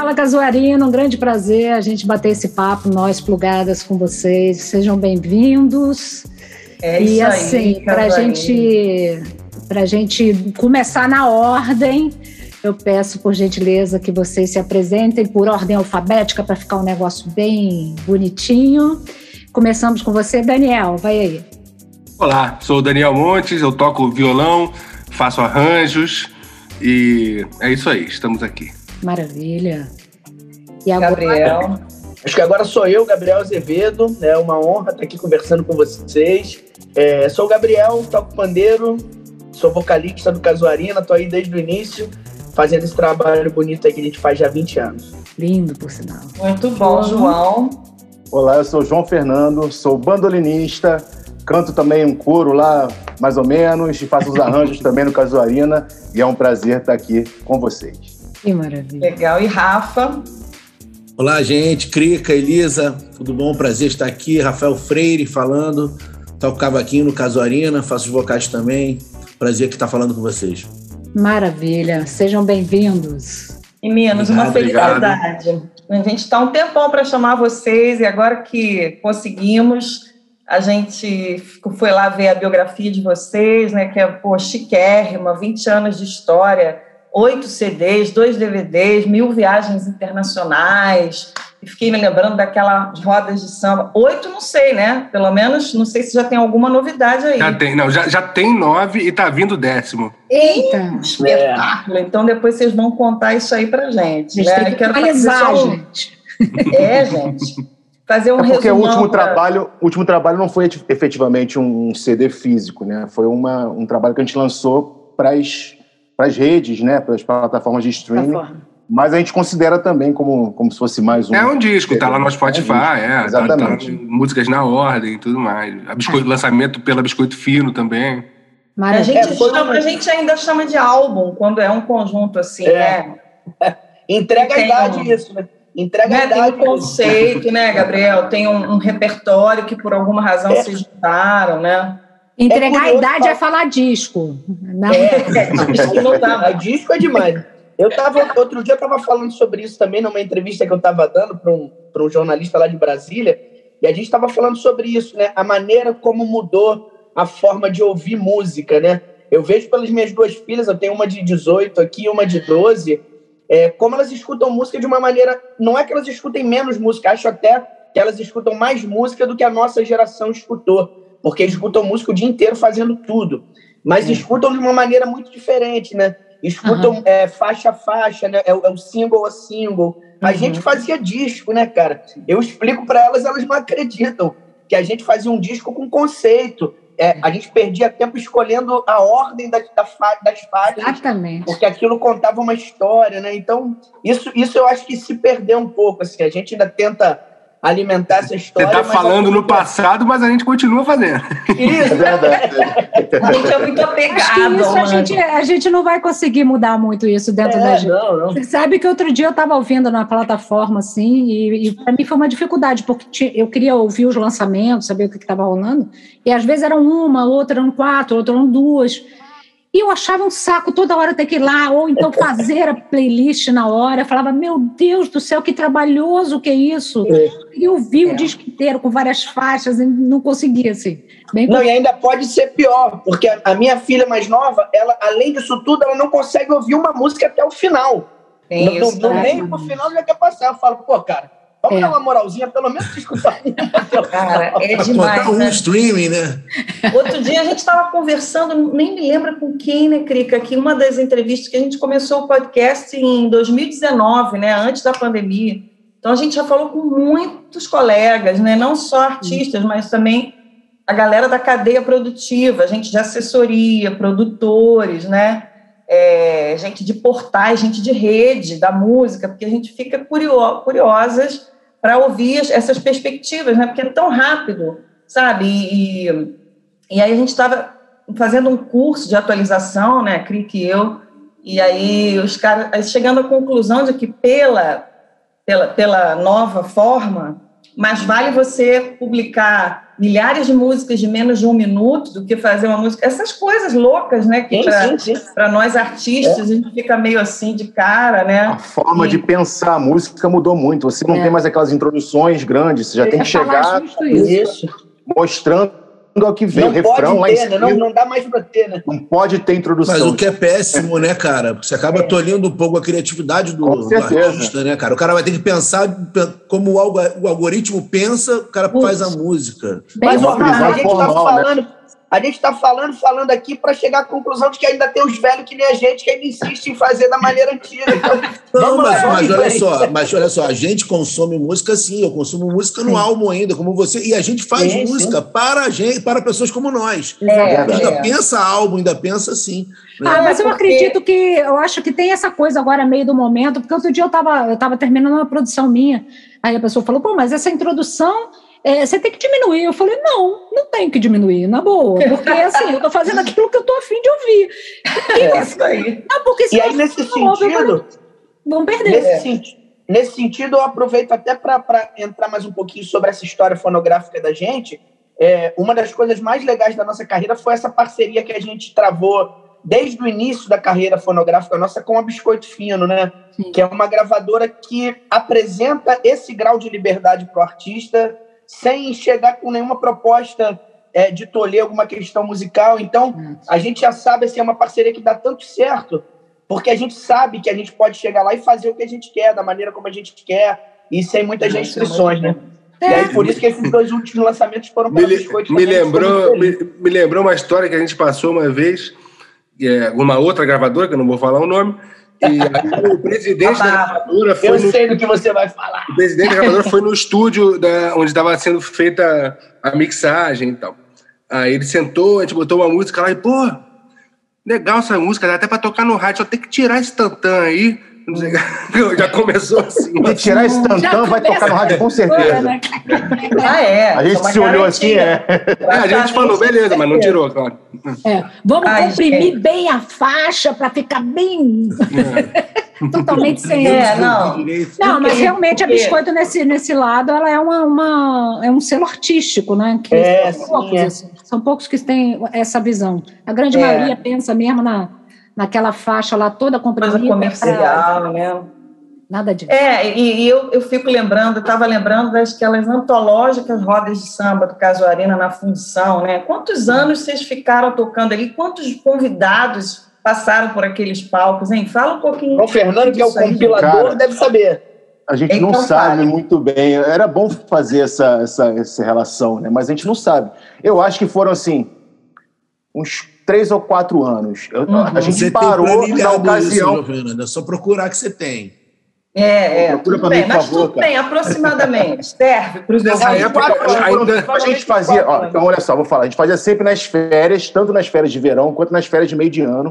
Fala, Casuarina, um grande prazer a gente bater esse papo, nós plugadas com vocês. Sejam bem-vindos. É isso e assim, para a gente começar na ordem, eu peço, por gentileza, que vocês se apresentem por ordem alfabética para ficar um negócio bem bonitinho. Começamos com você, Daniel, vai aí. Olá, sou o Daniel Montes, eu toco violão, faço arranjos e é isso aí, estamos aqui. Maravilha. E agora? Gabriel. Acho que agora sou eu, Gabriel Azevedo. É uma honra estar aqui conversando com vocês. Sou o Gabriel, toco pandeiro, sou vocalista do Casuarina, estou aí desde o início, fazendo esse trabalho bonito aí que a gente faz já há 20 anos. Lindo, por sinal. Muito bom, João. Olá, eu sou o João Fernando, sou bandolinista, canto também um coro lá, mais ou menos, e faço os arranjos também no Casuarina, e é um prazer estar aqui com vocês. Que maravilha. Legal. E Rafa? Olá, gente. Crica, Elisa, tudo bom? Prazer estar aqui. Rafael Freire falando. Toco cavaquinho no Casuarina, faço os vocais também. Prazer que estar falando com vocês. Maravilha. Sejam bem-vindos. E Minos, uma felicidade. A gente está um tempão para chamar vocês e agora que conseguimos, a gente foi lá ver a biografia de vocês, né, que é chiquérrima, 20 anos de história, 8 CDs, 2 DVDs, 1000 viagens internacionais, e fiquei me lembrando daquelas rodas de samba. 8 não sei, né? Pelo menos, não sei se já tem alguma novidade aí. Já tem 9 e tá vindo o 10º. Eita! Espetáculo! Então depois vocês vão contar isso aí pra gente. A gente tem que atualizar, gente. Gente. Fazer um resumo. Porque o último trabalho não foi efetivamente um CD físico, né? Foi um trabalho que a gente lançou para as redes, né? Para as plataformas de streaming. Mas a gente considera também como se fosse mais um... É um disco, tá lá no Spotify, exatamente. Tá músicas na ordem e tudo mais. Lançamento pela Biscoito Fino também. A gente ainda chama de álbum, quando é um conjunto assim, né? Entrega a idade isso, né? Tem um conceito, né, Gabriel? Tem um repertório que por alguma razão se juntaram, né? Entregar a idade é falar disco. Não. Disco não dá, disco é demais. Outro dia eu estava falando sobre isso também numa entrevista que eu estava dando para um jornalista lá de Brasília, e a gente estava falando sobre isso, né? A maneira como mudou a forma de ouvir música, né? Eu vejo pelas minhas 2 filhas, eu tenho uma de 18 aqui e uma de 12, como elas escutam música de uma maneira... Não é que elas escutem menos música, acho até que elas escutam mais música do que a nossa geração escutou, porque escutam música o dia inteiro fazendo tudo, mas escutam de uma maneira muito diferente, né? Escutam faixa a faixa, né? É o single a single. A gente fazia disco, né, cara? Eu explico para elas não acreditam que a gente fazia um disco com conceito. A gente perdia tempo escolhendo a ordem das faixas. Exatamente. Porque aquilo contava uma história, né? Então, isso eu acho que se perdeu um pouco, assim. A gente ainda tenta alimentar essa história. Você está falando no passado, mas a gente continua fazendo. Isso, é verdade. A gente é muito apegado. A gente não vai conseguir mudar muito isso dentro da gente. Não. Você sabe que outro dia eu estava ouvindo na plataforma, assim, e para mim foi uma dificuldade, porque eu queria ouvir os lançamentos, saber o que estava rolando, e às vezes eram uma, outra eram 4, outra eram 2. E eu achava um saco toda hora ter que ir lá, ou então fazer a playlist na hora. Eu falava, meu Deus do céu, que trabalhoso que é isso. E eu vi o disco inteiro com várias faixas e não conseguia, assim. E ainda pode ser pior, porque a minha filha mais nova, ela, além disso tudo, ela não consegue ouvir uma música até o final. No meio pro final já quer passar. Eu falo, cara, vamos dar uma moralzinha, pelo menos escutar. Cara, é demais, botar um streaming, né? Outro dia a gente estava conversando, nem me lembro com quem, né, Crica, que uma das entrevistas que a gente começou o podcast em 2019, né, antes da pandemia. Então a gente já falou com muitos colegas, né, não só artistas, mas também a galera da cadeia produtiva, gente de assessoria, produtores, né, gente de portais, gente de rede da música, porque a gente fica curiosas para ouvir essas perspectivas, né? Porque é tão rápido, sabe? E aí a gente estava fazendo um curso de atualização, né, Crick e eu, e aí os caras chegando à conclusão de que pela nova forma, mais vale você publicar milhares de músicas de menos de 1 minuto do que fazer uma música. Essas coisas loucas, né? Que para nós artistas, a gente fica meio assim de cara, né? A forma de pensar a música mudou muito. Você não tem mais aquelas introduções grandes, você já tem que chegar mostrando ao que vem, o refrão lá em cima. Não dá mais pra ter, né? Não pode ter introdução. Mas o que é péssimo, né, cara? Você acaba tolhendo um pouco a criatividade do artista, né, cara? O cara vai ter que pensar como o algoritmo pensa, o cara faz a música. Mas a gente tá falando aqui para chegar à conclusão de que ainda tem os velhos que nem a gente, que ainda insiste em fazer da maneira antiga. Então, mas olha só, a gente consome música sim, eu consumo música no álbum ainda, como você, e a gente faz música para a gente, para pessoas como nós. Ainda pensa álbum, ainda pensa assim. Né? Mas eu acredito que, eu acho que tem essa coisa agora meio do momento, porque outro dia eu tava terminando uma produção minha, aí a pessoa falou, mas essa introdução... você tem que diminuir. Eu falei, não tem que diminuir, na boa. Porque, assim, eu tô fazendo aquilo que eu tô a fim de ouvir. Isso aí. Não, porque e aí, nesse sentido... Vamos perder. Nesse sentido, eu aproveito até para entrar mais um pouquinho sobre essa história fonográfica da gente. Uma das coisas mais legais da nossa carreira foi essa parceria que a gente travou desde o início da carreira fonográfica nossa com a Biscoito Fino, né? Sim. Que é uma gravadora que apresenta esse grau de liberdade para o artista sem chegar com nenhuma proposta de tolher alguma questão musical. Então, a gente já sabe, assim, é uma parceria que dá tanto certo, porque a gente sabe que a gente pode chegar lá e fazer o que a gente quer, da maneira como a gente quer, e sem muitas restrições, né? E aí, por isso que esses 2 últimos lançamentos foram para Biscoito. Me lembrou uma história que a gente passou uma vez, uma outra gravadora, que eu não vou falar o nome, e aí o presidente da gravadora foi... Eu sei do que você vai falar. O presidente da gravadora foi no estúdio onde estava sendo feita a mixagem e tal. Aí ele sentou, a gente botou uma música lá e, legal essa música, dá até para tocar no rádio, só tem que tirar esse tantã aí. Já começou assim. Se tirar esse tantã, vai tocar no rádio com certeza. Né? A gente se olhou assim, a gente falou, beleza, mas não tirou, claro. Vamos comprimir bem a faixa para ficar bem... Totalmente sem... Não, mas realmente a Biscoito nesse lado, ela é um selo artístico, né? Que são poucos que têm essa visão. A grande maioria pensa mesmo naquela faixa lá toda comprimida. Coisa comercial, né? Nada disso. E eu fico estava lembrando daquelas antológicas rodas de samba do Casuarina na Função, né? Quantos anos vocês ficaram tocando ali? Quantos convidados passaram por aqueles palcos, hein? Fala um pouquinho. O Fernando, que é o compilador, deve saber. A gente não sabe muito bem. Era bom fazer essa relação, né? Mas a gente não sabe. Eu acho que foram, assim, uns 3 ou 4 anos. A gente você parou na ocasião. Isso, é só procurar que você tem. Tudo bem, mas tudo bem, aproximadamente. Serve para os a gente fazia... então, olha só, vou falar. A gente fazia sempre nas férias, tanto nas férias de verão quanto nas férias de meio de ano.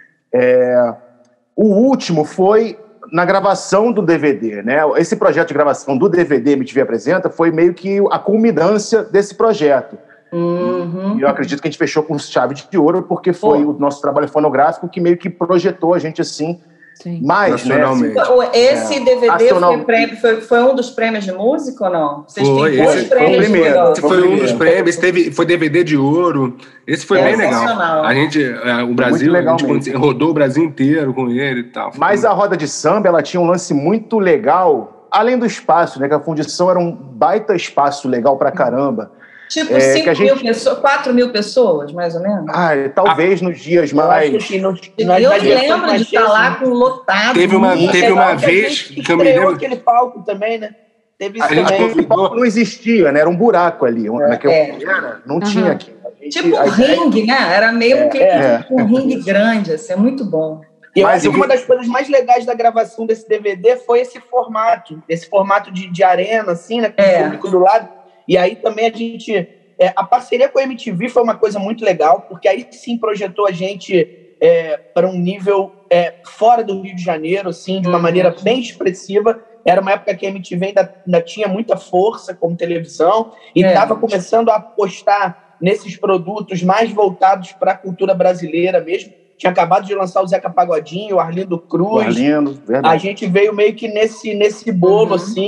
O último foi na gravação do DVD, né? Esse projeto de gravação do DVD MTV Apresenta foi meio que a culminância desse projeto. E eu acredito que a gente fechou com chave de ouro, porque foi o nosso trabalho fonográfico que meio que projetou a gente assim. Sim. Mais, né? Esse DVD foi um dos prêmios de música ou não? Vocês têm 2 prêmios. Esse foi um dos prêmios. Foi DVD de ouro. Esse foi bem legal. A gente, o Brasil, a gente rodou o Brasil inteiro com ele e tal. Mas a roda de samba, ela tinha um lance muito legal, além do espaço, né? Que a Fundição era um baita espaço legal pra caramba. Tipo 5.000 pessoas, 4.000 pessoas, mais ou menos? Talvez nos dias mais... Eu lembro de estar lá com lotado. Teve uma vez que eu me lembro... aquele palco também, né? Teve isso também. O palco não existia, né? Era um buraco ali. Não tinha aqui. Tipo um ringue, né? Era meio um ringue grande, assim, é muito bom. Mas uma das coisas mais legais da gravação desse DVD foi esse formato de arena, assim, né? Com o público do lado. E aí também a gente... a parceria com a MTV foi uma coisa muito legal, porque aí sim projetou a gente para um nível fora do Rio de Janeiro, assim, de uma maneira bem expressiva. Era uma época que a MTV ainda tinha muita força como televisão e estava começando a apostar nesses produtos mais voltados para a cultura brasileira mesmo. Tinha acabado de lançar o Zeca Pagodinho, o Arlindo Cruz. Verdade. A gente veio meio que nesse bolo, assim...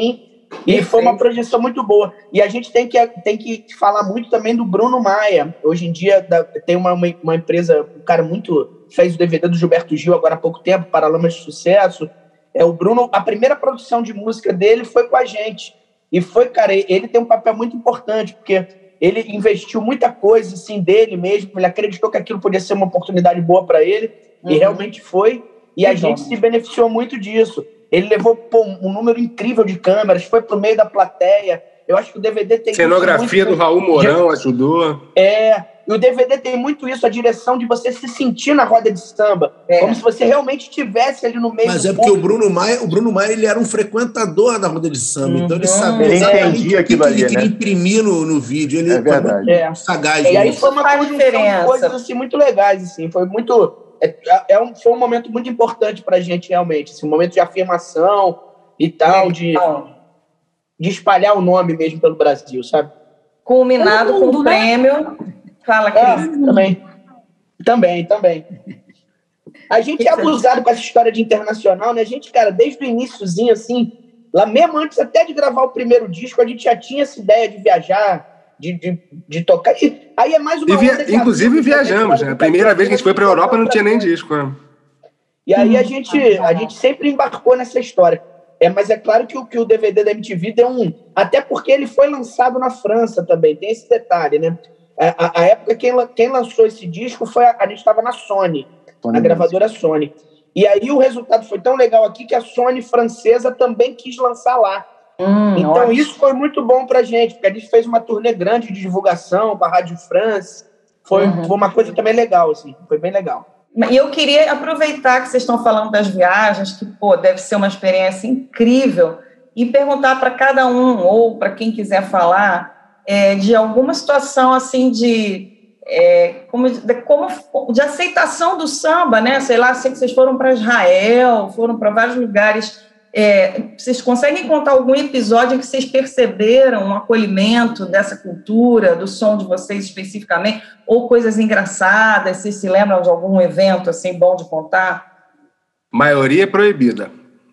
E foi uma projeção muito boa. E a gente tem que falar muito também do Bruno Maia. Hoje em dia tem uma empresa, um cara fez o DVD do Gilberto Gil agora há pouco tempo, Paralamas de Sucesso. O Bruno, a primeira produção de música dele foi com a gente. E cara, ele tem um papel muito importante, porque ele investiu muita coisa, assim, dele mesmo. Ele acreditou que aquilo podia ser uma oportunidade boa para ele, e realmente foi. E a gente se beneficiou muito disso. Ele levou um número incrível de câmeras, foi pro meio da plateia. Eu acho que o DVD tem... Cenografia do Raul Mourão ajudou. E o DVD tem muito isso, a direção de você se sentir na roda de samba. Como se você realmente estivesse ali no meio. Mas é porque o Bruno Maia ele era um frequentador da roda de samba, então ele sabia exatamente o que ele queria imprimir no vídeo. Ele foi sagaz. E aí foi uma conjunção de coisas assim, muito legais. Assim, foi um momento muito importante pra gente, realmente. Assim, um momento de afirmação e tal, de espalhar o nome mesmo pelo Brasil, sabe? Culminado com o prêmio... Fala, Cris. Também. A gente é abusado com essa história de internacional, né? A gente, cara, desde o iniciozinho, assim, lá mesmo antes até de gravar o primeiro disco, a gente já tinha essa ideia de viajar, de tocar. E aí é mais uma inclusive viajamos, né? A primeira vez que a gente foi para a Europa não tinha nem disco. Né? E aí a gente sempre embarcou nessa história. Mas é claro que o DVD da MTV deu até porque ele foi lançado na França também, tem esse detalhe, né? A época, quem lançou esse disco a gente estava na Sony, na gravadora Sony. E aí o resultado foi tão legal aqui que a Sony francesa também quis lançar lá. Então ótimo. Isso foi muito bom pra gente, porque a gente fez uma turnê grande de divulgação para a Rádio France. Foi uma coisa também legal, assim, foi bem legal. E eu queria aproveitar que vocês estão falando das viagens, que deve ser uma experiência incrível, e perguntar para cada um, ou para quem quiser falar, de alguma situação assim de aceitação do samba, né? Sei lá, sei que vocês foram para Israel, foram para vários lugares. Vocês conseguem contar algum episódio em que vocês perceberam um acolhimento dessa cultura, do som de vocês especificamente, ou coisas engraçadas? Vocês se lembram de algum evento assim bom de contar? Maioria é proibida.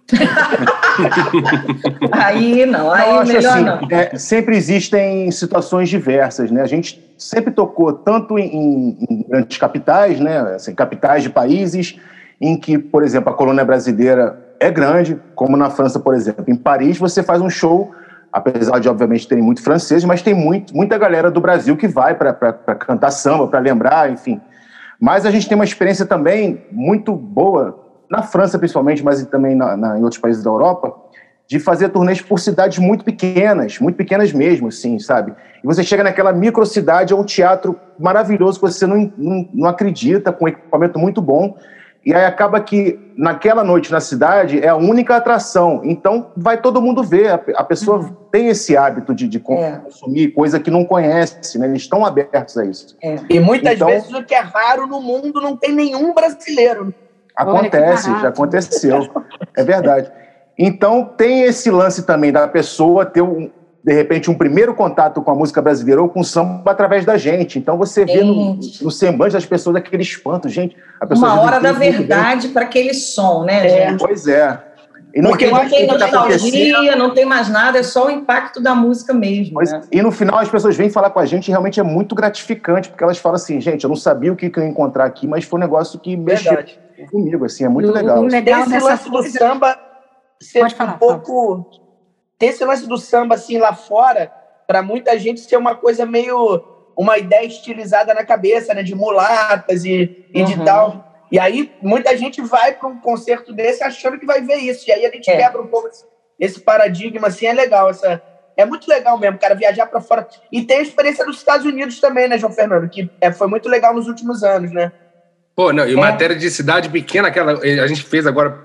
Aí melhor assim, não. Sempre existem situações diversas, né? A gente sempre tocou tanto em grandes capitais, né? Assim, capitais de países em que, por exemplo, a colônia brasileira é grande, como na França, por exemplo. Em Paris você faz um show, apesar de obviamente terem muito franceses, mas tem muita galera do Brasil que vai para cantar samba, para lembrar, enfim. Mas a gente tem uma experiência também muito boa na França principalmente, mas também em outros países da Europa, de fazer turnês por cidades muito pequenas mesmo, assim, sabe? E você chega naquela microcidade, é um teatro maravilhoso que você não acredita, com equipamento muito bom, e aí acaba que naquela noite na cidade é a única atração, então vai todo mundo ver, a pessoa tem esse hábito de consumir coisa que não conhece, né? Eles estão abertos a isso. E muitas vezes o que é raro no mundo não tem nenhum brasileiro. Acontece, já aconteceu, é verdade. Então tem esse lance também da pessoa ter, de repente, um primeiro contato com a música brasileira ou com o samba através da gente. Então você vê no semblante das pessoas aquele espanto, gente. A pessoa uma hora da verdade para aquele som, né, gente? Pois é. E não tem nostalgia, não tem mais nada, é só o impacto da música mesmo. Né? E no final as pessoas vêm falar com a gente e realmente é muito gratificante, porque elas falam assim, gente, eu não sabia o que eu ia encontrar aqui, mas foi um negócio que mexeu comigo, assim, é muito legal. Esse lance do samba ser um pouco... Ter esse lance do samba, assim, lá fora, para muita gente ser uma coisa meio... Uma ideia estilizada na cabeça, né? De mulatas e de tal... E aí, muita gente vai para um concerto desse achando que vai ver isso. E aí a gente quebra um pouco esse paradigma, assim, é legal. É muito legal mesmo, cara, viajar para fora. E tem a experiência dos Estados Unidos também, né, João Fernando? Que foi muito legal nos últimos anos, né? E matéria de cidade pequena, a gente fez agora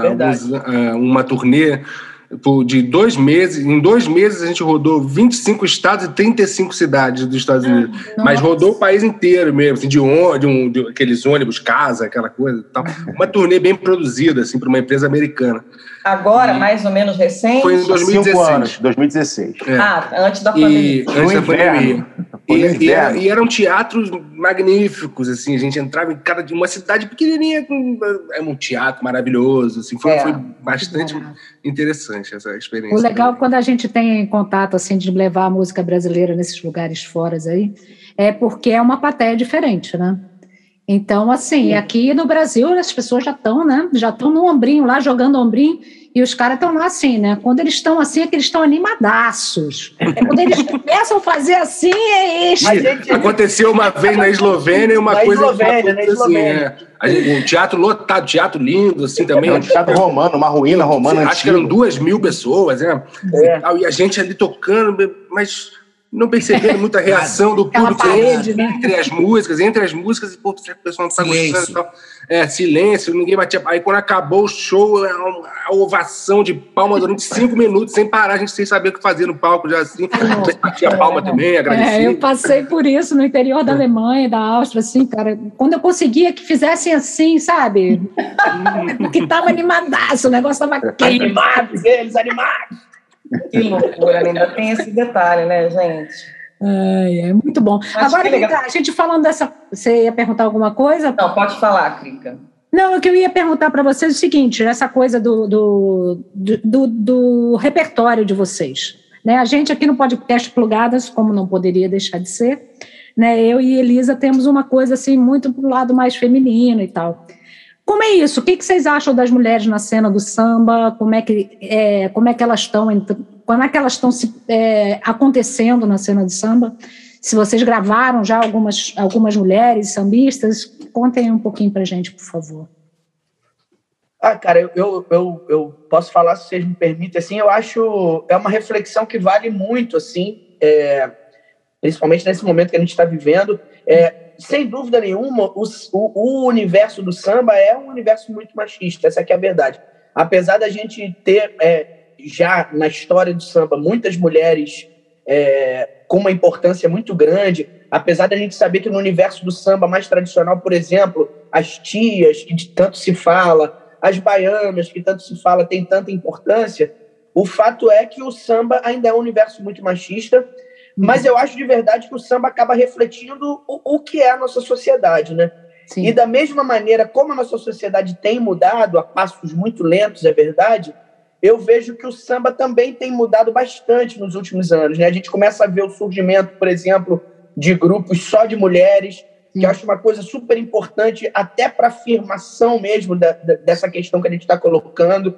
uma turnê de 2 meses. Em 2 meses a gente rodou 25 estados e 35 cidades dos Estados Unidos. Mas rodou o país inteiro mesmo, assim, de aqueles ônibus, casa, aquela coisa e tal. Uma turnê bem produzida, assim, para uma empresa americana. Agora, mais ou menos recente? Foi em 2016. 2016. Antes da pandemia. Antes da pandemia. E eram teatros magníficos, assim, a gente entrava em cada de uma cidade pequenininha, é um teatro maravilhoso, assim, foi bastante interessante essa experiência. O legal quando a gente tem contato, assim, de levar a música brasileira nesses lugares fora aí, é porque é uma plateia diferente, né? Então, assim, aqui no Brasil as pessoas já estão, né? Já estão no ombrinho lá, jogando ombrinho, e os caras estão lá assim, né? Quando eles estão assim, é que eles estão animadaços. Quando eles começam a fazer assim, é isso. Aconteceu uma vez na Eslovênia, na Eslovênia. Assim, um teatro lotado, teatro lindo, assim, também. Um teatro romano, uma ruína romana. Acho que eram 2.000 pessoas, né? E a gente ali tocando, mas não percebendo muita reação do público entre as músicas, e pô, o pessoal não está gostando e tal. Silêncio, ninguém batia. Aí quando acabou o show, a ovação de palma durante 5 minutos, sem parar, a gente sem saber o que fazer no palco, já assim. Batia palma também, agradecia. Eu passei por isso no interior da Alemanha, da Áustria, assim, cara. Quando eu conseguia que fizessem assim, sabe? Porque estava animadaço, o negócio estava queimado. Eles animados. Que loucura, ainda tem esse detalhe, né, gente? É muito bom. Agora, a gente falando dessa... Você ia perguntar alguma coisa? Não, pode falar, Crica. Não, o que eu ia perguntar para vocês é o seguinte, essa coisa do repertório de vocês. Né? A gente aqui no podcast Plugadas, como não poderia deixar de ser, né? Eu e Elisa temos uma coisa assim, muito pro lado mais feminino e tal. Como é isso? O que vocês acham das mulheres na cena do samba? Como é que elas estão acontecendo na cena do samba? Se vocês gravaram já algumas mulheres sambistas, contem um pouquinho pra gente, por favor. Cara, eu posso falar, se vocês me permitem, assim, eu acho é uma reflexão que vale muito, assim, principalmente nesse momento que a gente está vivendo. Sem dúvida nenhuma, o universo do samba é um universo muito machista, essa aqui é a verdade. Apesar da gente ter, já na história do samba, muitas mulheres com uma importância muito grande, apesar da gente saber que no universo do samba mais tradicional, por exemplo, as tias, que tanto se fala, as baianas, que tanto se fala, tem tanta importância, o fato é que o samba ainda é um universo muito machista, mas eu acho de verdade que o samba acaba refletindo o que é a nossa sociedade, né? Sim. E da mesma maneira como a nossa sociedade tem mudado a passos muito lentos, é verdade, eu vejo que o samba também tem mudado bastante nos últimos anos, né? A gente começa a ver o surgimento, por exemplo, de grupos só de mulheres, que eu acho uma coisa super importante até para a afirmação mesmo dessa questão que a gente está colocando.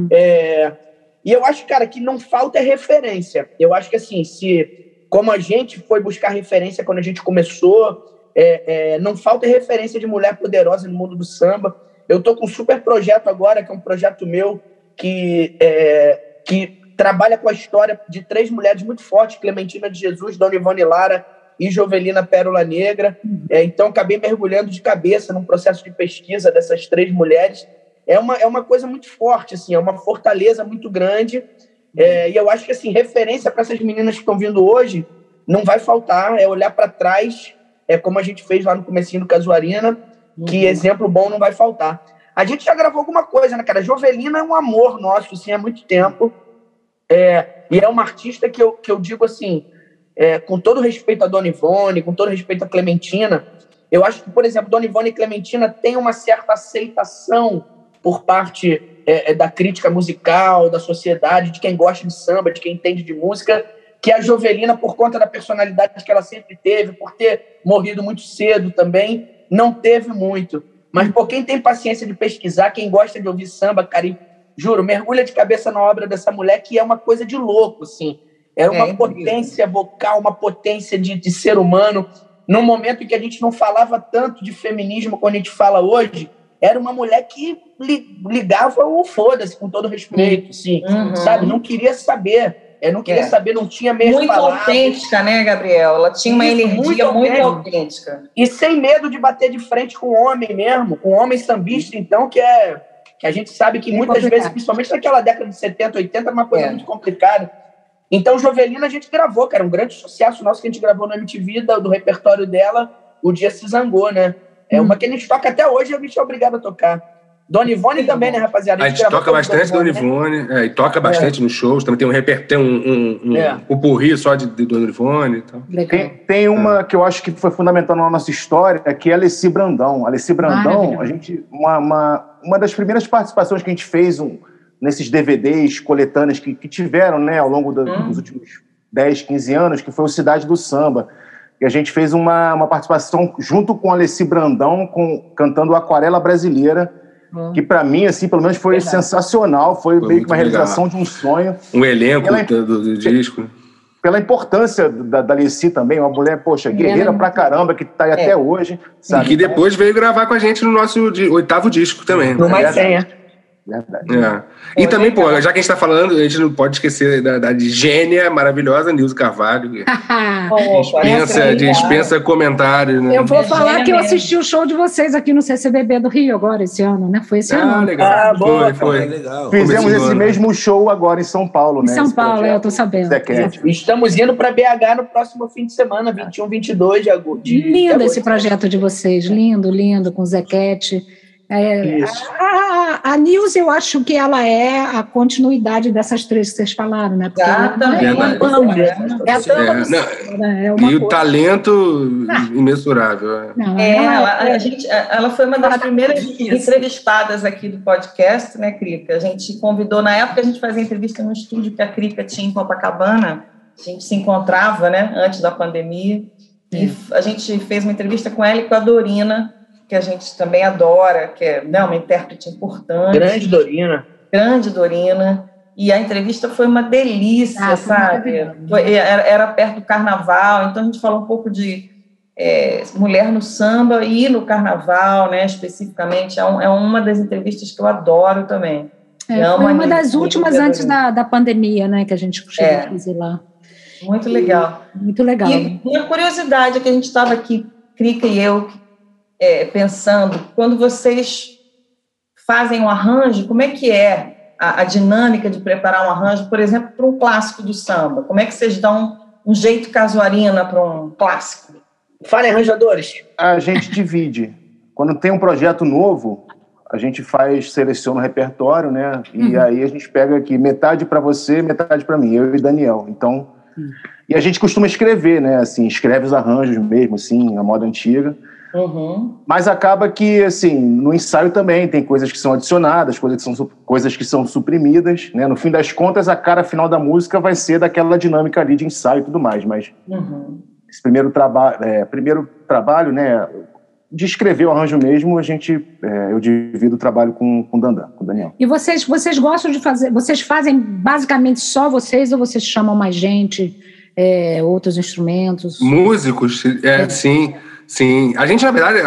E eu acho, cara, que não falta referência. Eu acho que, assim, como a gente foi buscar referência quando a gente começou, não falta referência de mulher poderosa no mundo do samba. Eu estou com um super projeto agora, que é um projeto meu, que trabalha com a história de 3 mulheres muito fortes, Clementina de Jesus, Dona Ivone Lara e Jovelina Pérola Negra. Então, acabei mergulhando de cabeça num processo de pesquisa dessas 3 mulheres. É uma coisa muito forte, assim, é uma fortaleza muito grande. E eu acho que, assim, referência para essas meninas que estão vindo hoje não vai faltar, é olhar para trás, como a gente fez lá no comecinho do Casuarina, que exemplo bom não vai faltar. A gente já gravou alguma coisa, né, cara? Jovelina é um amor nosso, assim, há muito tempo, e é uma artista que eu digo, assim, com todo respeito a Dona Ivone, com todo respeito a Clementina, eu acho que, por exemplo, Dona Ivone e Clementina têm uma certa aceitação por parte da crítica musical, da sociedade, de quem gosta de samba, de quem entende de música, que a Jovelina, por conta da personalidade que ela sempre teve, por ter morrido muito cedo também, não teve muito. Mas por quem tem paciência de pesquisar, quem gosta de ouvir samba, cara, juro, mergulha de cabeça na obra dessa mulher, que é uma coisa de louco, assim. Era uma potência vocal, uma potência de ser humano. Num momento em que a gente não falava tanto de feminismo como a gente fala hoje, era uma mulher que ligava o foda-se, com todo respeito, assim, sabe? Não queria saber. Não queria saber, não tinha medo de falar. Muito autêntica, né, Gabriel? Ela tinha uma energia muito autêntica. E sem medo de bater de frente com o homem mesmo, com o homem sambista, então, que a gente sabe que muitas vezes, principalmente naquela década de 70, 80, era uma coisa muito complicada. Então, Jovelina, a gente gravou, cara, um grande sucesso nosso que a gente gravou no MTV, do repertório dela, O Dia Se Zangou, né? É uma que a gente toca até hoje e a gente é obrigado a tocar. Dona Ivone também, né, rapaziada? A gente toca bastante Dona Ivone, e toca bastante nos shows. Também tem um repertório, um porri só de Dona Ivone e tal. Tem uma que eu acho que foi fundamental na nossa história, que é a Alessi Brandão. A Alessi Brandão, a gente, uma das primeiras participações que a gente fez nesses DVDs, coletâneas que tiveram, né, ao longo dos últimos 10, 15 anos, que foi o Cidade do Samba. E a gente fez uma participação junto com a Alessi Brandão, cantando Aquarela Brasileira, que para mim, assim, pelo menos foi sensacional, foi meio que uma realização de um sonho. Um elenco do disco. Pela importância da Alessi também, uma mulher, poxa, guerreira pra caramba, que tá aí até hoje. Sabe? E que depois veio gravar com a gente no nosso 8º disco também. No Mais Senha. Verdade. E também, pô, já que a gente tá falando, a gente não pode esquecer da gênia maravilhosa Nilce Carvalho. Dispensa comentários, né? Eu vou falar que eu assisti o show de vocês aqui no CCBB do Rio agora, esse ano, né? Foi esse ano. Legal. Foi. Legal. Fizemos esse mesmo show agora em São Paulo, né? Em São Paulo, eu tô sabendo. Estamos indo para BH no próximo fim de semana, 21, 22 de agosto. Lindo esse projeto de vocês, lindo, com o Zequete. A Nilce, eu acho que ela é a continuidade dessas três que vocês falaram, né? Porque e o talento imensurável. Ela foi uma das primeiras entrevistadas aqui do podcast, né, Crica? A gente convidou, na época a gente fazia entrevista no estúdio que a Crica tinha em Copacabana, a gente se encontrava, né, antes da pandemia, e a gente fez uma entrevista com ela e com a Dorina, que a gente também adora, que é uma intérprete importante. Grande Dorina. E a entrevista foi uma delícia, sabe? Era perto do carnaval, então a gente falou um pouco de mulher no samba e no carnaval, né, especificamente. É uma das entrevistas que eu adoro também. Foi uma das últimas antes da pandemia, né, que a gente chegou a fazer lá. Muito legal. Muito legal. E uma curiosidade é que a gente estava aqui, Crica e eu, pensando, quando vocês fazem um arranjo, como é que é a dinâmica de preparar um arranjo, por exemplo, para um clássico do samba? Como é que vocês dão um jeito casuarina para um clássico? Falem, arranjadores. A gente divide. Quando tem um projeto novo, a gente seleciona o repertório, né? E aí a gente pega aqui metade para você, metade para mim, eu e Daniel. Então, e a gente costuma escrever, né? Assim, escreve os arranjos mesmo, assim, na moda antiga. Mas acaba que, assim, no ensaio também tem coisas que são adicionadas, coisas que são suprimidas, né? No fim das contas, a cara final da música vai ser daquela dinâmica ali de ensaio e tudo mais, mas esse primeiro trabalho, né, de escrever o arranjo mesmo, eu divido o trabalho com o Dandan, com o Daniel. E vocês gostam de fazer, vocês fazem basicamente só vocês ou vocês chamam mais gente, outros instrumentos? Músicos, sim. Sim, a gente, na verdade,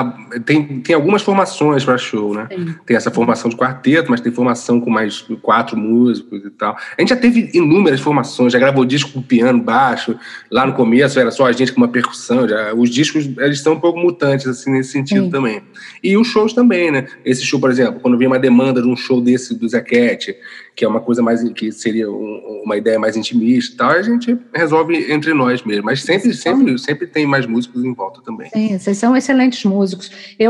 tem algumas formações para show, né? Sim. Tem essa formação de quarteto, mas tem formação com mais 4 músicos e tal. A gente já teve inúmeras formações, já gravou disco com piano, baixo, lá no começo era só a gente com uma percussão, os discos, eles são um pouco mutantes, assim, nesse sentido também. E os shows também, né? Esse show, por exemplo, quando vem uma demanda de um show desse do Zequete, que é uma coisa mais, que seria uma ideia mais intimista e tal, a gente resolve entre nós mesmo, mas sempre tem mais músicos em volta também. Sim, vocês são excelentes músicos.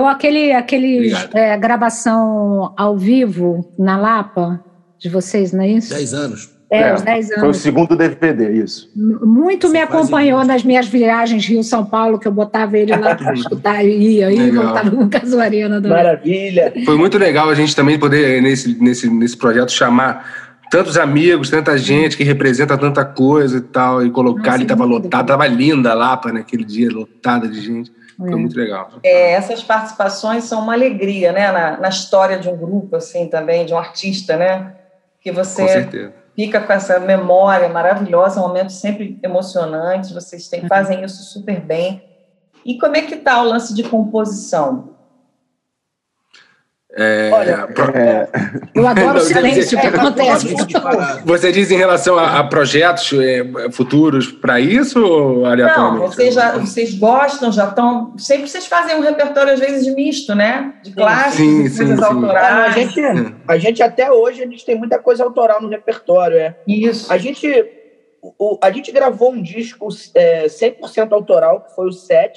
Aquele gravação ao vivo na Lapa de vocês, não é isso? 10 anos. Os 10 anos. Foi o segundo DVD, isso. Muito me acompanhou nas minhas viagens Rio-São Paulo, que eu botava ele lá para escutar e ia aí, voltava com o Casuarina. Maravilha! Foi muito legal a gente também poder, nesse projeto, chamar tantos amigos, tanta gente que representa tanta coisa e tal, e colocar ali, estava lotado, estava linda a Lapa naquele dia, lotada de gente. Foi muito legal. Essas participações são uma alegria, né, na história de um grupo, assim, também, de um artista, né, que você... Com certeza. Fica com essa memória maravilhosa, momentos sempre emocionantes, vocês fazem isso super bem. E como é que está o lance de composição? Eu adoro o silêncio que acontece. Você diz em relação a projetos futuros para isso ou aleatoriamente? Não, vocês gostam, já estão... Sempre vocês fazem um repertório, às vezes, de misto, né? De clássicos, coisas autorais. A gente, até hoje, a gente tem muita coisa autoral no repertório. Isso. A gente gravou um disco 100% autoral, que foi o 7, né?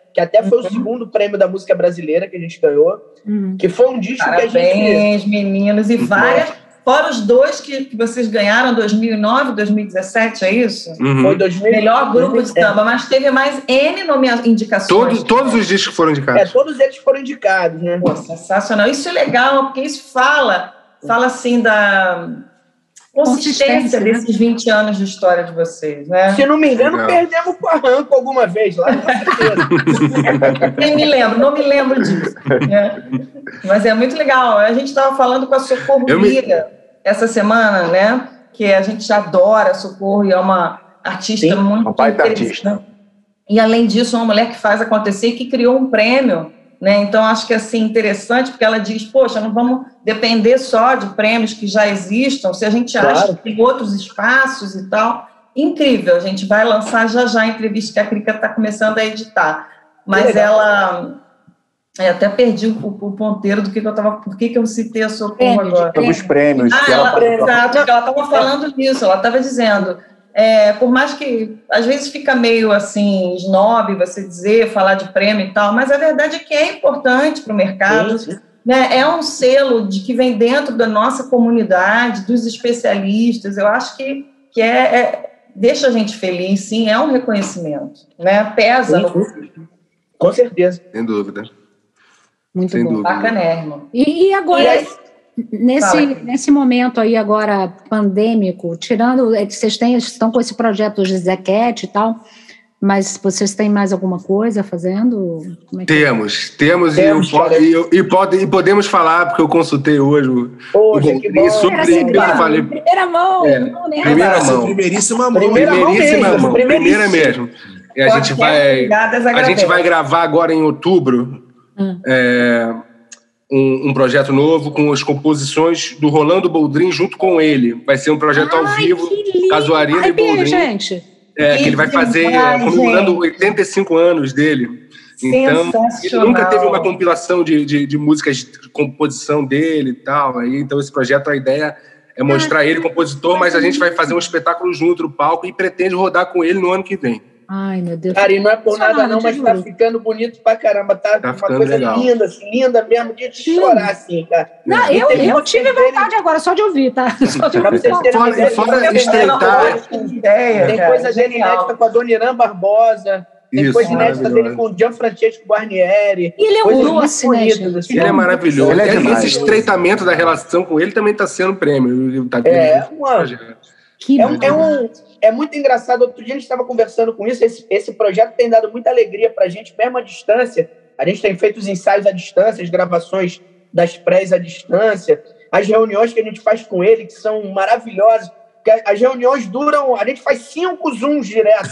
Que até foi o segundo prêmio da música brasileira que a gente ganhou, que foi um disco Parabéns, que a gente... Parabéns, meninos, e várias... Fora os dois que vocês ganharam, 2009 e 2017, é isso? Foi 2000. Melhor grupo de samba, mas teve mais N indicações. Todos os discos foram indicados. Todos eles foram indicados, né? Pô, sensacional. Isso é legal, porque isso fala assim da consistência desses 20 anos de história de vocês, né? Se não me engano, perdemos o Arranco alguma vez lá, com certeza. Não me lembro disso. Né? Mas é muito legal. A gente estava falando com a Socorro Lira essa semana, né? Que a gente adora a Socorro e é uma artista muito interessante. E, além disso, é uma mulher que faz acontecer e que criou um prêmio, né? Então, acho que é assim, interessante, porque ela diz, poxa, não vamos depender só de prêmios que já existam, se a gente acha que tem outros espaços e tal. Incrível, a gente vai lançar já a entrevista que a Krika está começando a editar. Mas ela... até perdi o ponteiro do que eu estava... Por que eu citei a Socorro agora? Os prêmios. Exato, porque ela estava falando disso, ela estava dizendo... por mais que às vezes fica meio assim snob você falar de prêmio e tal, mas a verdade é que é importante para o mercado, né? É um selo que vem dentro da nossa comunidade, dos especialistas. Eu acho que deixa a gente feliz, sim, é um reconhecimento, né? Pesa no currículo. Com certeza. Sem dúvida. Muito Sem bom. dúvida. Bacanérrimo. E agora... Nesse momento aí agora pandêmico, tirando, vocês estão com esse projeto de Zequete e tal, mas vocês têm mais alguma coisa fazendo? Temos e podemos falar, porque eu consultei hoje falei, primeira mão, primeiríssima mão, primeira mesmo. E a gente vai gravar agora em outubro. Um projeto novo com as composições do Rolando Boldrin junto com ele. Vai ser um projeto ao vivo, Casuarina e Boldrin. Gente. Que ele vai fazer comemorando 85 anos dele. Então, ele nunca teve uma compilação de músicas de composição dele e tal. Então, esse projeto, a ideia é mostrar ele compositor, mas a gente vai fazer um espetáculo junto no palco e pretende rodar com ele no ano que vem. Ai, meu Deus. Cara, e não é por nada não, mas tá ficando bonito pra caramba, tá uma coisa legal. Linda, assim, linda mesmo, de chorar, assim, cara. Não, eu tive vontade agora só de ouvir, tá? Só de ouvir. Fora estreitar. Tem coisa dele inédita com a Dona Irã Barbosa, tem coisa inédita dele com o Gianfrancesco Guarnieri. E ele é um doce, né, gente? Ele é maravilhoso. Esse estreitamento da relação com ele também tá sendo um prêmio. É muito engraçado. Outro dia a gente estava conversando com isso. Esse projeto tem dado muita alegria para a gente, mesmo à distância. A gente tem feito os ensaios à distância, as gravações das prés à distância, as reuniões que a gente faz com ele, que são maravilhosas. As reuniões duram... A gente faz 5 Zooms direto.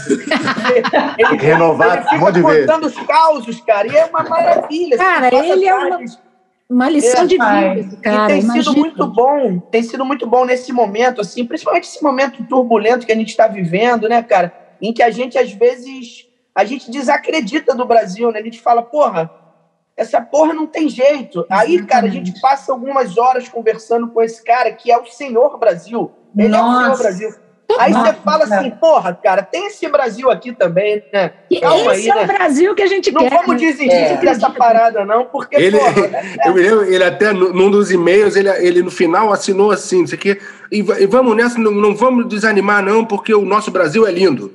Renovado um monte de vezes. Contando os causos, cara. E é uma maravilha. Cara, ele é uma lição de vida, cara. E tem sido muito bom nesse momento, assim, principalmente esse momento turbulento que a gente está vivendo, né, cara? Em que a gente, às vezes, desacredita do Brasil, né? A gente fala, porra, essa porra não tem jeito. Aí, cara, a gente passa algumas horas conversando com esse cara que é o Senhor Brasil. Ele é o Senhor Brasil. Aí você fala assim, porra, cara, tem esse Brasil aqui também, né? Calma aí, né? O Brasil que a gente quer. Não vamos desistir dessa parada, não, porque, ele até, num dos e-mails, ele no final assinou assim, isso aqui, e vamos nessa, não vamos desanimar, não, porque o nosso Brasil é lindo.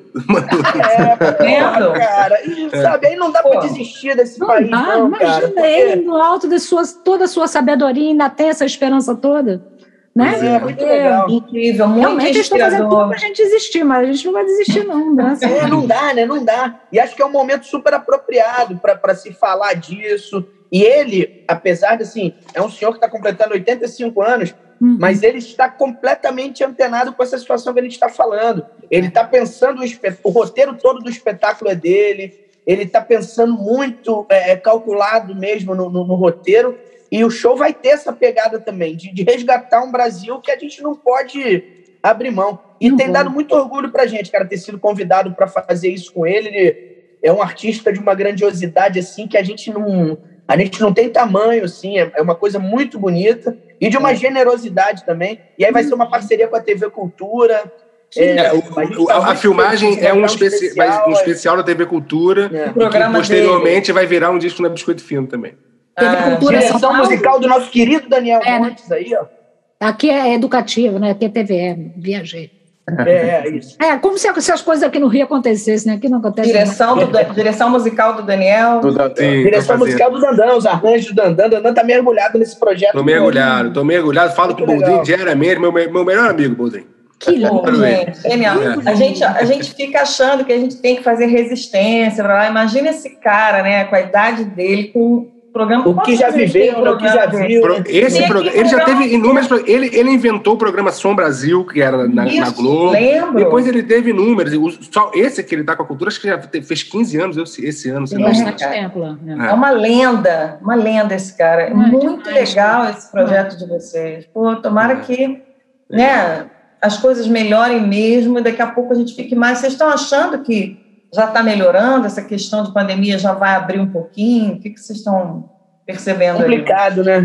Porra, cara, sabe, aí não dá pra desistir desse país, não, cara. Imagina ele no alto de toda a sua sabedoria, ainda tem essa esperança toda. Né? É muito legal. Incrível, muito realmente estou fazendo tudo pra gente desistir, mas a gente não vai desistir, não. Não dá, né? Não dá. E acho que é um momento super apropriado para se falar disso. E ele, apesar de, assim, é um senhor que está completando 85 anos, mas ele está completamente antenado com essa situação que a gente está falando. Ele está pensando, o roteiro todo do espetáculo é dele, ele está pensando muito calculado mesmo no roteiro. E o show vai ter essa pegada também, de resgatar um Brasil que a gente não pode abrir mão. E tem dado muito orgulho pra gente, cara, ter sido convidado para fazer isso com ele. Ele é um artista de uma grandiosidade, assim, que a gente não tem tamanho, assim, é uma coisa muito bonita. E de uma generosidade também. E aí vai ser uma parceria com a TV Cultura. A filmagem é um especial da TV Cultura, que posteriormente vai virar um disco na Biscoito Fino também. TV Cultura direção musical do nosso querido Daniel Montes aí, ó. Aqui é educativo, né? Aqui é TVE, viajei. Isso. Como se as coisas aqui no Rio acontecessem, né? Aqui não acontece. Direção musical do Daniel. Direção musical do Dandan, os arranjos do Dandan. Dandan tá mergulhado nesse projeto. Tô mergulhado. Falo com o Boldrin diariamente, meu melhor amigo, Boldrin. Que louco, gente. Genial. A gente fica achando que a gente tem que fazer resistência. Imagina esse cara, né, com a idade dele, com programa. O que já viveu, o que já viu. Esse programa, ele já teve inúmeros. Ele inventou o programa Som Brasil, que era na Globo. Lembro. Depois ele teve inúmeros. Só esse que ele tá com a cultura, acho que já fez 15 anos esse ano. Tem bastante tempo lá. É uma lenda esse cara. É muito legal esse projeto de vocês. Pô, tomara que, né, as coisas melhorem mesmo e daqui a pouco a gente fique mais. Vocês estão achando que já está melhorando, essa questão de pandemia já vai abrir um pouquinho? O que vocês estão percebendo? Complicado, né?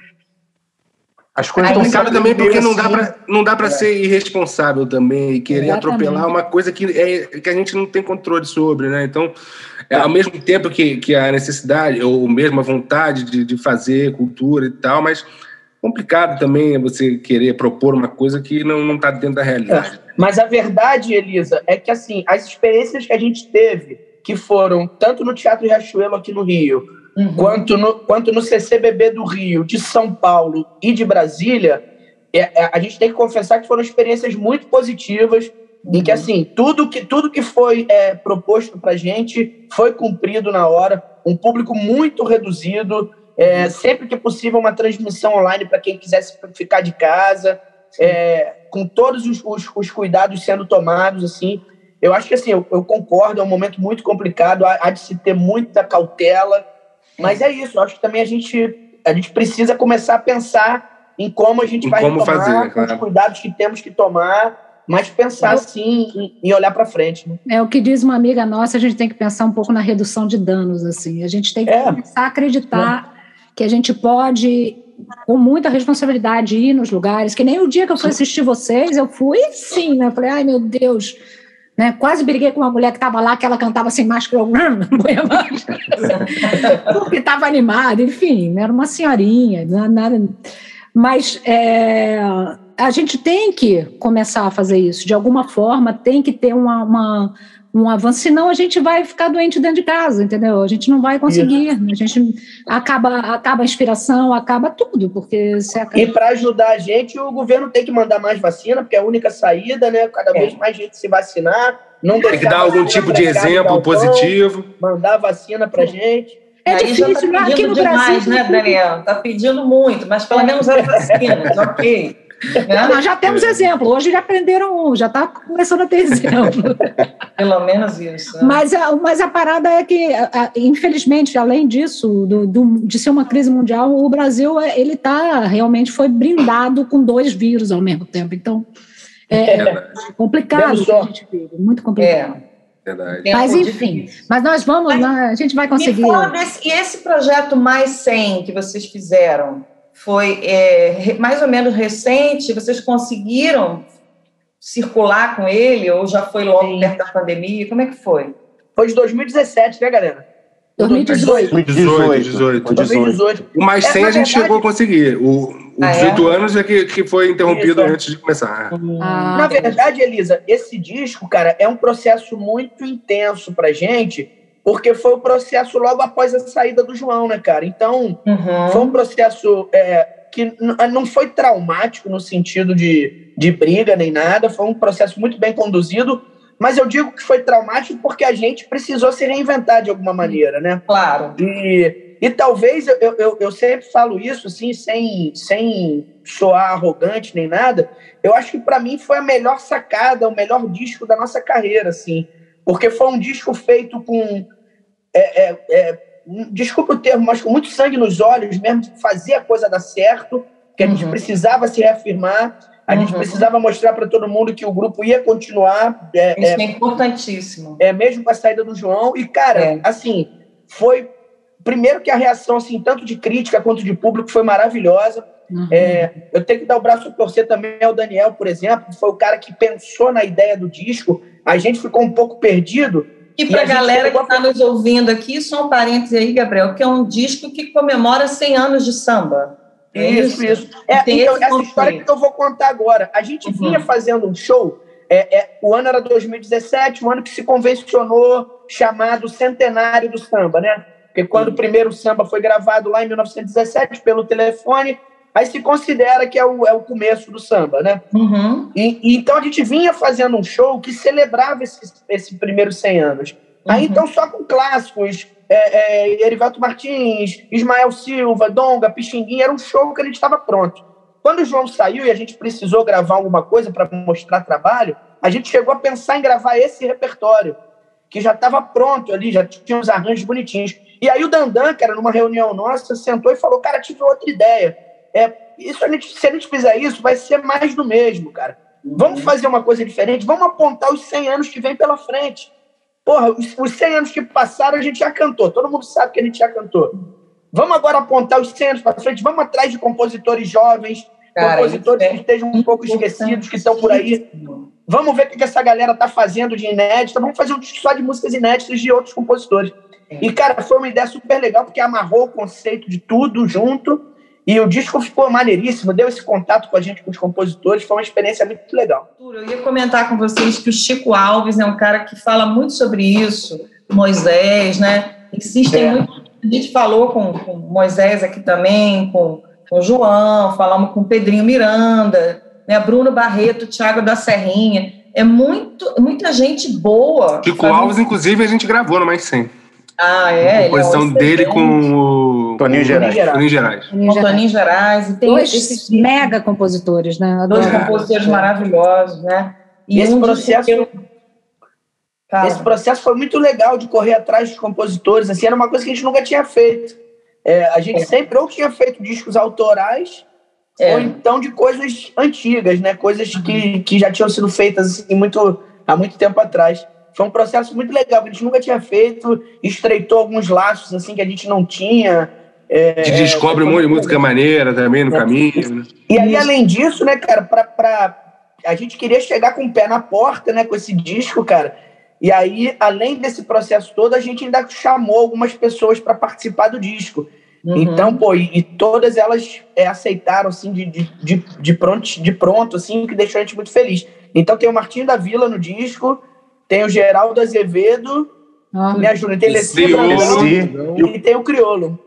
As coisas estão sendo também porque não dá para ser irresponsável também e querer atropelar uma coisa que a gente não tem controle sobre, né? Então, ao mesmo tempo que a necessidade ou mesmo a vontade de fazer cultura e tal, mas complicado também você querer propor uma coisa que não está dentro da realidade. Mas a verdade, Elisa, é que assim, as experiências que a gente teve, que foram tanto no Teatro Riachuelo aqui no Rio, quanto no CCBB do Rio, de São Paulo e de Brasília, a gente tem que confessar que foram experiências muito positivas, em que assim, tudo que foi proposto para a gente foi cumprido na hora, um público muito reduzido, sempre que possível uma transmissão online para quem quisesse ficar de casa, com todos os cuidados sendo tomados, assim. Eu acho que assim, eu concordo, é um momento muito complicado, há de se ter muita cautela, mas é isso, eu acho que também a gente precisa começar a pensar em como a gente vai retomar, com os cuidados que temos que tomar, mas pensar assim e olhar para frente. Né? É o que diz uma amiga nossa, a gente tem que pensar um pouco na redução de danos, assim. A gente tem que começar a acreditar que a gente pode, com muita responsabilidade, ir nos lugares, que nem o dia que eu fui assistir vocês, eu fui sim, né? Eu falei, ai meu Deus, né? Quase briguei com uma mulher que estava lá, que ela cantava sem máscara, porque estava animada, enfim, era uma senhorinha, nada. Mas a gente tem que começar a fazer isso, de alguma forma, tem que ter um avanço, senão a gente vai ficar doente dentro de casa, entendeu? A gente não vai conseguir, a gente acaba a inspiração, acaba tudo, porque você acaba... E para ajudar a gente, o governo tem que mandar mais vacina, porque é a única saída, né? Cada vez mais gente se vacinar, não tem que dar algum tipo de exemplo positivo. Mandar vacina pra gente. É difícil, já tá aqui no demais, Brasil... né, Daniel? Tá pedindo muito, mas pelo menos as vacinas, ok. Nós já temos exemplo, hoje já aprenderam já está começando a ter exemplo. Pelo menos isso. Né? Mas a parada é que, infelizmente, além disso, de ser uma crise mundial, o Brasil realmente foi brindado com 2 vírus ao mesmo tempo. Então, complicado que a gente vive, muito complicado. Verdade. Mas, enfim, a gente vai conseguir. E esse projeto Mais 100 que vocês fizeram, foi mais ou menos recente? Vocês conseguiram circular com ele ou já foi logo perto da pandemia? Como é que foi? Foi de 2017, né, galera? 2018. 2018. O Mais 100 a gente chegou a conseguir. O 18 anos é que foi interrompido antes de começar. Na verdade, Elisa, esse disco, cara, é um processo muito intenso pra gente, porque foi o processo logo após a saída do João, né, cara? Então, foi um processo que não foi traumático no sentido de briga nem nada, foi um processo muito bem conduzido, mas eu digo que foi traumático porque a gente precisou se reinventar de alguma maneira, né? Claro. E talvez, eu sempre falo isso, assim, sem soar arrogante nem nada, eu acho que para mim foi a melhor sacada, o melhor disco da nossa carreira, assim, porque foi um disco feito com... desculpa o termo, mas com muito sangue nos olhos mesmo, de fazer a coisa dar certo, que a gente precisava se reafirmar, a gente precisava mostrar para todo mundo que o grupo ia continuar. Isso é importantíssimo. Mesmo com a saída do João. E, cara, assim, foi primeiro que a reação, assim, tanto de crítica quanto de público, foi maravilhosa. Eu tenho que dar o braço a torcer também ao Daniel, por exemplo, que foi o cara que pensou na ideia do disco. A gente ficou um pouco perdido. E para a galera que está nos ouvindo aqui, só um parêntese aí, Gabriel, que é um disco que comemora 100 anos de samba. Isso. Então, essa história que eu vou contar agora. A gente vinha fazendo um show, o ano era 2017, um ano que se convencionou chamado Centenário do Samba, né? Porque quando o primeiro samba foi gravado lá em 1917 pelo telefone, aí se considera que é o começo do samba, né? E então a gente vinha fazendo um show que celebrava esse primeiro 100 anos. Aí então só com clássicos, Erivelto Martins, Ismael Silva, Donga, Pixinguinha, era um show que a gente estava pronto. Quando o João saiu e a gente precisou gravar alguma coisa para mostrar trabalho, a gente chegou a pensar em gravar esse repertório, que já estava pronto ali, já tinha uns arranjos bonitinhos. E aí o Dandan, cara, numa reunião nossa, sentou e falou, cara, tive outra ideia. Se a gente fizer isso, vai ser mais do mesmo, cara. Vamos fazer uma coisa diferente, vamos apontar os 100 anos que vem pela frente. Porra, os 100 anos que passaram a gente já cantou, todo mundo sabe que a gente já cantou. Vamos agora apontar os 100 anos para frente, vamos atrás de compositores jovens, compositores que estejam um pouco esquecidos, que estão por aí. Vamos ver o que essa galera tá fazendo de inédita, vamos fazer um disco só de músicas inéditas de outros compositores. E, cara, foi uma ideia super legal, porque amarrou o conceito de tudo junto, e o disco ficou maneiríssimo, deu esse contato com a gente, com os compositores, foi uma experiência muito legal. Eu ia comentar com vocês que o Chico Alves é um cara que fala muito sobre isso, Moisés, né? Existem muito... A gente falou com Moisés aqui também, com o João, falamos com o Pedrinho Miranda, né? Bruno Barreto, Thiago da Serrinha. É muita gente boa. Chico Alves, inclusive, a gente gravou no Mais 100. A composição dele com o Toninho Gerais. Com Toninho Gerais. E tem esses mega compositores, né? Dois compositores maravilhosos, né? E esse processo foi muito legal de correr atrás dos compositores. Assim, era uma coisa que a gente nunca tinha feito. A gente sempre ou tinha feito discos autorais ou então de coisas antigas, né? Coisas que já tinham sido feitas assim, há muito tempo atrás. Foi um processo muito legal, que a gente nunca tinha feito, estreitou alguns laços assim, que a gente não tinha. A gente descobre um monte de música maneira também no caminho. Né? E aí, além disso, né, cara, a gente queria chegar com o pé na porta, né, com esse disco, cara. E aí, além desse processo todo, a gente ainda chamou algumas pessoas para participar do disco. Então, e todas elas aceitaram, assim, de pronto, assim, o que deixou a gente muito feliz. Então, tem o Martinho da Vila no disco, tem o Geraldo Azevedo, né, Júnior? Tem Leci e tem o Criolo.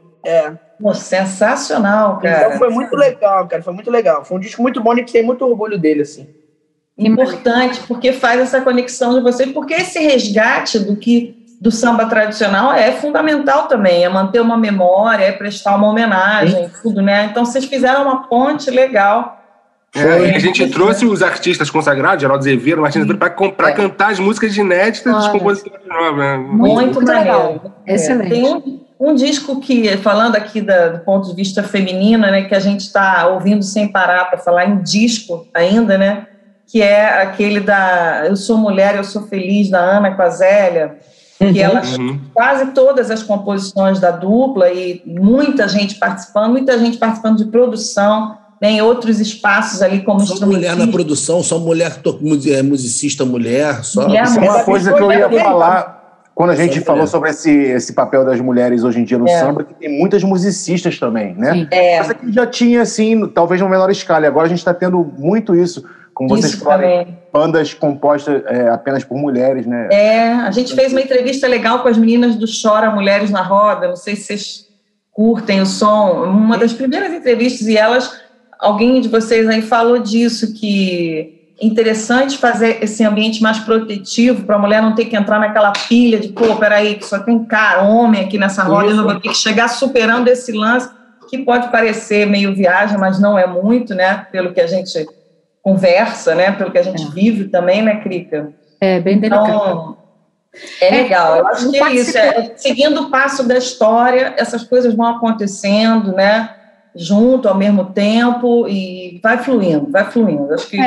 Sensacional, cara. Então, foi muito legal, cara, foi muito legal. Foi um disco muito bom e que tem muito orgulho dele, assim. Importante, porque faz essa conexão de vocês, porque esse resgate do samba tradicional é fundamental também, é manter uma memória, é prestar uma homenagem, tudo, né? Então, vocês fizeram uma ponte legal. A gente trouxe os artistas consagrados, Geraldo Azevedo, Martins Azevedo, para cantar as músicas inéditas dos compositores novos. Né? Muito maneiro. Excelente. Tem um disco que, falando aqui do ponto de vista feminino, né, que a gente está ouvindo sem parar para falar em disco ainda, né? Que é aquele da Eu Sou Mulher, Eu Sou Feliz, da Ana com a Zélia, que elas, quase todas as composições da dupla e muita gente participando de produção, né, em outros espaços ali como só mulher na produção, só mulher, musicista mulher, só. Isso é uma coisa que eu ia falar quando a gente falou sobre esse papel das mulheres hoje em dia no samba, que tem muitas musicistas também, né? Mas aqui já tinha, assim, talvez numa menor escala, e agora a gente está tendo muito isso. Como vocês falaram, bandas compostas apenas por mulheres, né? A gente fez uma entrevista legal com as meninas do Chora Mulheres na Roda, não sei se vocês curtem o som, uma das primeiras entrevistas, e alguém de vocês aí falou disso, que é interessante fazer esse ambiente mais protetivo para a mulher não ter que entrar naquela pilha de, peraí, que só tem homem aqui nessa roda, eu vou ter que chegar superando esse lance, que pode parecer meio viagem, mas não é muito, né? Pelo que a gente conversa, né? Pelo que a gente vive também, né, Crica? Bem delicado. Então, legal. Eu acho que é isso. Seguindo o passo da história, essas coisas vão acontecendo, né? Junto, ao mesmo tempo, e vai fluindo. Acho que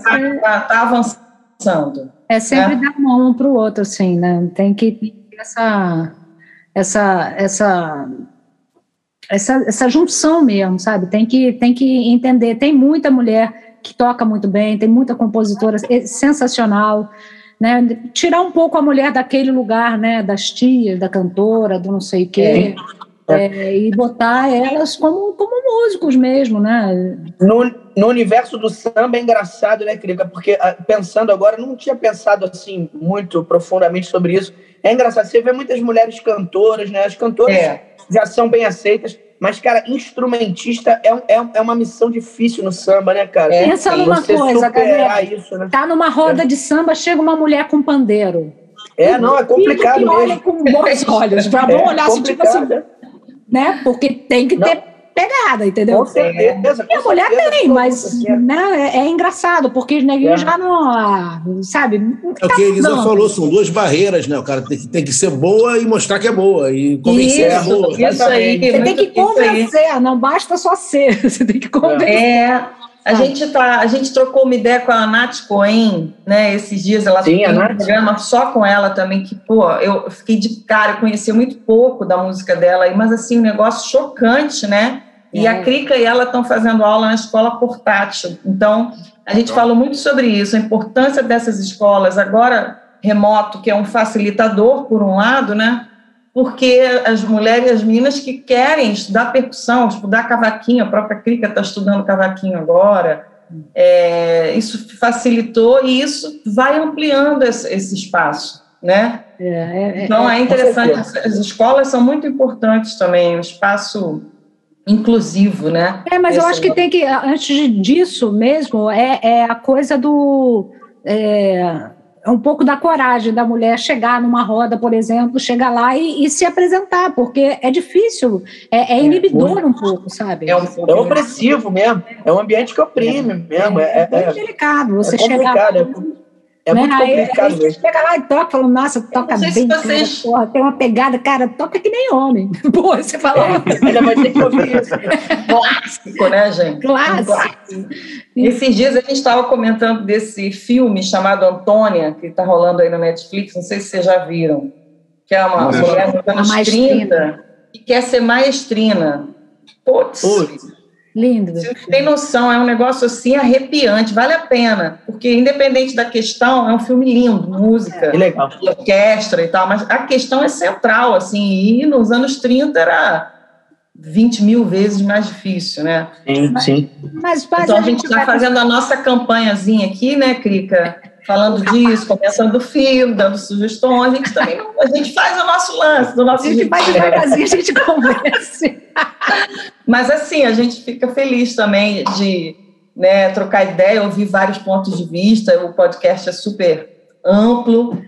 tá avançando. Sempre dar mão um para o outro, assim, né? Tem que ter essa junção mesmo, sabe? Tem que entender. Tem muita mulher que toca muito bem, tem muita compositora sensacional, né? Tirar um pouco a mulher daquele lugar, né? Das tias, da cantora, do não sei o quê, e botar elas como músicos mesmo, né? No universo do samba é engraçado, né, Krika? Porque pensando agora, não tinha pensado assim muito profundamente sobre isso. É engraçado, você vê muitas mulheres cantoras, né? As cantoras já são bem aceitas, mas, cara, instrumentista é uma missão difícil no samba, né, cara? Pensa numa coisa, galera. Isso, né? Tá numa roda de samba, chega uma mulher com pandeiro. É complicado mesmo. Olha com bons olhos, pra não olhar assim, tipo assim, né? Porque tem que ter pegada, entendeu? Com certeza. E a mulher tem, mas né, é engraçado, porque os neguinhos já não, sabe? É o que a Elisa falou, são duas barreiras, né? O cara tem que ser boa e mostrar que é boa, e convencer que é boa. Isso aí. Você tem que convencer, não basta só ser, você tem que convencer. A gente trocou uma ideia com a Nath Cohen, né? Esses dias ela tem um programa só com ela também, que, eu fiquei de cara, eu conhecia muito pouco da música dela, mas assim, um negócio chocante, né? E a Krika e ela estão fazendo aula na escola portátil. Então, a gente falou muito sobre isso, a importância dessas escolas, agora remoto, que é um facilitador, por um lado, né? Porque as mulheres e as meninas que querem estudar percussão, estudar cavaquinho, a própria Krika está estudando cavaquinho agora, isso facilitou e isso vai ampliando esse espaço, né? Então, é interessante, as escolas são muito importantes também, um espaço inclusivo, né? Mas eu acho que tem que, antes disso mesmo, a coisa do... um pouco da coragem da mulher chegar numa roda, por exemplo, chegar lá e se apresentar, porque é difícil, é inibidor um pouco, sabe? É opressivo mesmo, é um ambiente que oprime mesmo. É muito delicado você chegar lá. É muito complicado mesmo. Você chega lá e toca, fala, nossa, toca bem, vocês... cara, porra, tem uma pegada, cara, toca que nem homem. Pô, você fala... Ainda vai ter que ouvir isso. Clássico, né, gente? Clássico. Esses dias a gente estava comentando desse filme chamado Antônia, que está rolando aí no Netflix, não sei se vocês já viram, que é uma mulher nos anos 30 que quer ser maestrina. Putz. Lindo. Você tem noção, é um negócio assim arrepiante, vale a pena, porque independente da questão, é um filme lindo, música, legal. Orquestra e tal, mas a questão é central, assim, e nos anos 30 era 20 mil vezes mais difícil, né? Sim. Então a gente está fazendo a nossa campanhazinha aqui, né, Krika? Falando disso, começando o filme, dando sugestões, a gente faz o nosso lance, do nosso a gente faz devagarzinho, a gente converse. Mas assim, a gente fica feliz também de, né, trocar ideia, ouvir vários pontos de vista, o podcast é super amplo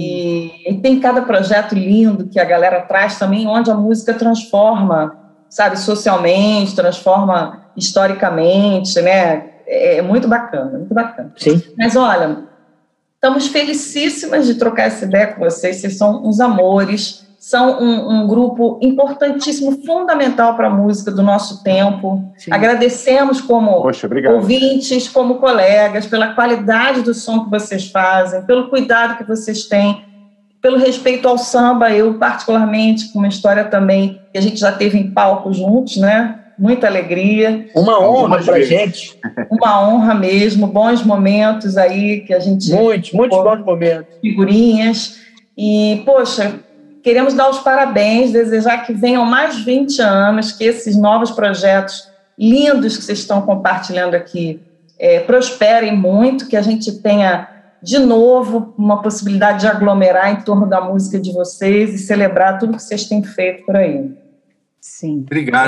e tem cada projeto lindo que a galera traz também, onde a música transforma, sabe, socialmente, transforma historicamente, né? É muito bacana, muito bacana. Sim. Mas olha, estamos felicíssimas de trocar essa ideia com vocês são uns amores, são um grupo importantíssimo, fundamental para a música do nosso tempo. Sim. Agradecemos como ouvintes, como colegas, pela qualidade do som que vocês fazem, pelo cuidado que vocês têm, pelo respeito ao samba, eu particularmente, com uma história também que a gente já teve em palco juntos, né? Muita alegria. Uma honra para a gente. Uma honra mesmo, bons momentos aí que a gente... Muitos bons momentos. Figurinhas. E, poxa, queremos dar os parabéns, desejar que venham mais 20 anos, que esses novos projetos lindos que vocês estão compartilhando aqui prosperem muito, que a gente tenha, de novo, uma possibilidade de aglomerar em torno da música de vocês e celebrar tudo que vocês têm feito por aí. Sim.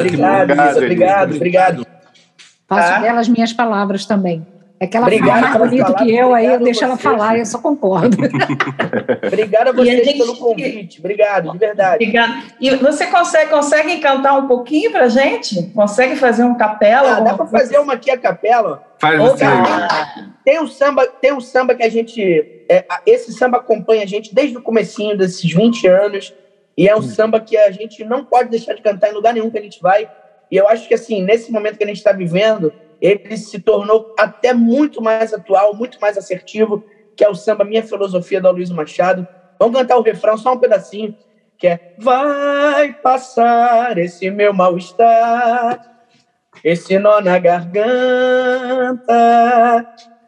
Obrigado. Faço delas minhas palavras também. É que ela fala mais bonito que eu, aí eu deixo ela falar, eu só concordo. Obrigado a vocês pelo convite. Obrigado, de verdade. Obrigada. E você consegue cantar um pouquinho pra gente? Consegue fazer um capela? Dá para fazer uma aqui a capela? Faz você. Tem um samba que a gente... esse samba acompanha a gente desde o comecinho desses 20 anos, e é um samba que a gente não pode deixar de cantar em lugar nenhum que a gente vai. E eu acho que, assim, nesse momento que a gente está vivendo, ele se tornou até muito mais atual, muito mais assertivo, que é o samba Minha Filosofia, da Luísa Machado. Vamos cantar o refrão, só um pedacinho. que é: vai passar esse meu mal-estar, esse nó na garganta,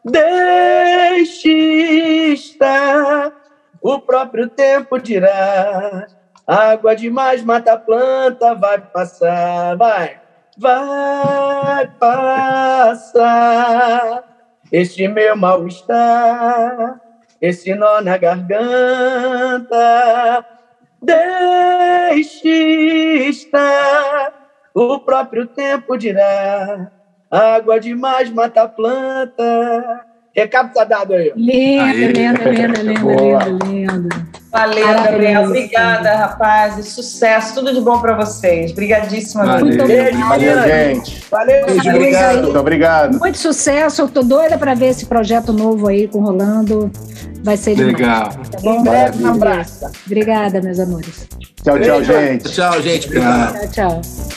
deixe estar, o próprio tempo dirá. Água demais mata a planta, vai passar, vai passar. Este meu mal-estar, esse nó na garganta, deixe estar, o próprio tempo dirá. Água demais mata a planta. Recado tá dado aí. Lindo. Valeu, Gabriel. Obrigada, rapazes. Sucesso. Tudo de bom para vocês. Obrigadíssima. Valeu, gente. Valeu. Beijo, obrigado. Muito obrigado. Muito sucesso. Eu tô doida para ver esse projeto novo aí com o Rolando. Vai ser legal. Tá bom? Em breve, um abraço. Obrigada, meus amores. Tchau, gente. Tchau, gente. Obrigado. Tchau.